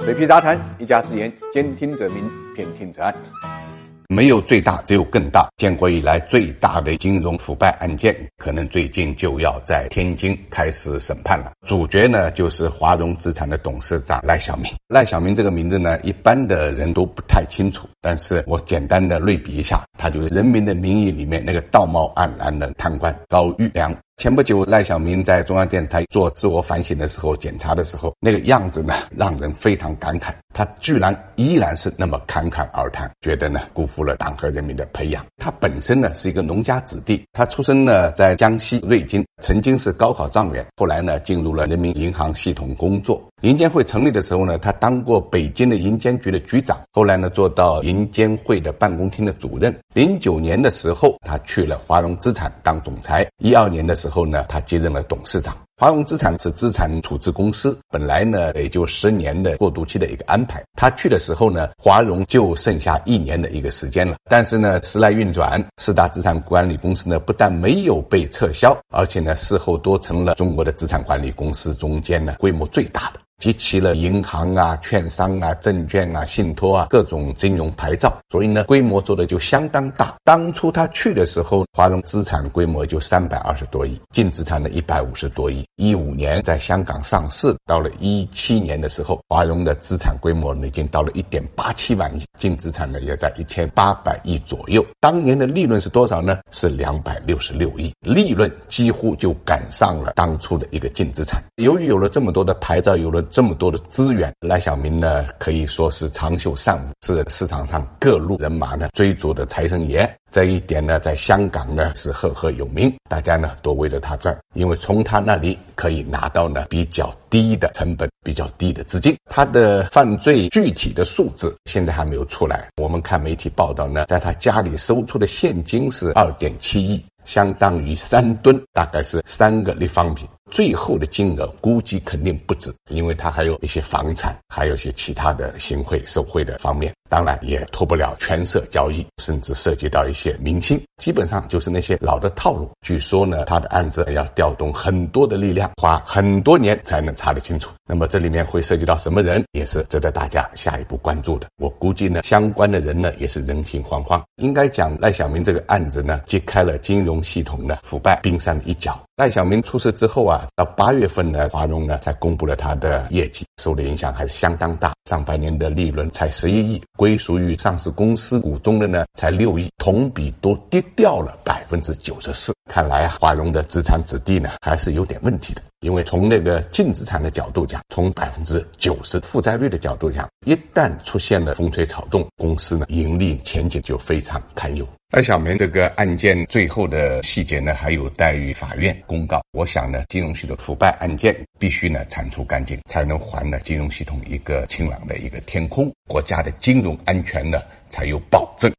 水皮杂谈，一家之言，兼听则明，偏听则暗。 没有最大，只有更大。建国以来最大的金融腐败案件，可能最近就要在天津开始审判了。主角呢，就是华融资产的董事长赖小民。赖小民这个名字呢，一般的人都不太清楚，但是我简单的类比一下，他就是《人民的名义》里面那个道貌岸然的贪官高育良。前不久，赖小民在中央电视台做自我反省的时候，检查的时候，那个样子呢，让人非常感慨。他居然依然是那么侃侃而谈，觉得呢辜负了党和人民的培养。他本身呢是一个农家子弟，他出生呢在江西瑞金，曾经是高考状元，后来呢进入了人民银行系统工作。银监会成立的时候呢，他当过北京的银监局的局长，后来呢做到银监会的办公厅的主任。09年的时候，他去了华融资产当总裁。12年的时候呢，他接任了董事长。华融资产是资产处置公司，本来呢也就10年的过渡期的一个安排。他去的时候呢，华融就剩下1年的一个时间了。但是呢，时来运转，四大资产管理公司呢不但没有被撤销，而且呢事后多成了中国的资产管理公司中间呢规模最大的，集齐了银行啊、券商啊、证券啊、信托啊各种金融牌照，所以呢规模做的就相当大。当初他去的时候，华融资产规模就320多亿，净资产的150多亿。15年在香港上市，到了17年的时候，华融的资产规模呢已经到了 1.87 万亿，净资产呢也在1800亿左右。当年的利润是多少呢？是266亿，利润几乎就赶上了当初的一个净资产。由于有了这么多的牌照，有了这么多的资源，赖小民呢可以说是长袖善舞，是市场上各路人马呢追逐的财神爷。这一点呢在香港呢是赫赫有名，大家呢都围着他转，因为从他那里可以拿到呢比较低的成本，比较低的资金。他的犯罪具体的数字现在还没有出来，我们看媒体报道呢，在他家里搜出的现金是 2.7 亿，相当于3吨，大概是3个立方米。最后的金额估计肯定不止，因为他还有一些房产，还有一些其他的行贿受贿的方面，当然也脱不了权色交易，甚至涉及到一些明星，基本上就是那些老的套路。据说呢，他的案子要调动很多的力量，花很多年才能查得清楚。那么这里面会涉及到什么人，也是值得大家下一步关注的。我估计呢，相关的人呢也是人心惶惶。应该讲赖小民这个案子呢，揭开了金融系统的腐败冰山的一角。赖小民出事之后啊，到8月份呢，华融呢才公布了他的业绩，受的影响还是相当大。上半年的利润才11亿，归属于上市公司股东的呢才6亿，同比都跌掉了94%。看来啊，华融的资产质地呢还是有点问题的。因为从那个净资产的角度讲，从90%负债率的角度讲，一旦出现了风吹草动，公司呢盈利前景就非常堪忧。赖小民这个案件最后的细节呢，还有待于法院公告。我想呢，金融系统腐败案件必须呢铲除干净，才能还了金融系统一个清朗的一个天空，国家的金融安全呢才有保证。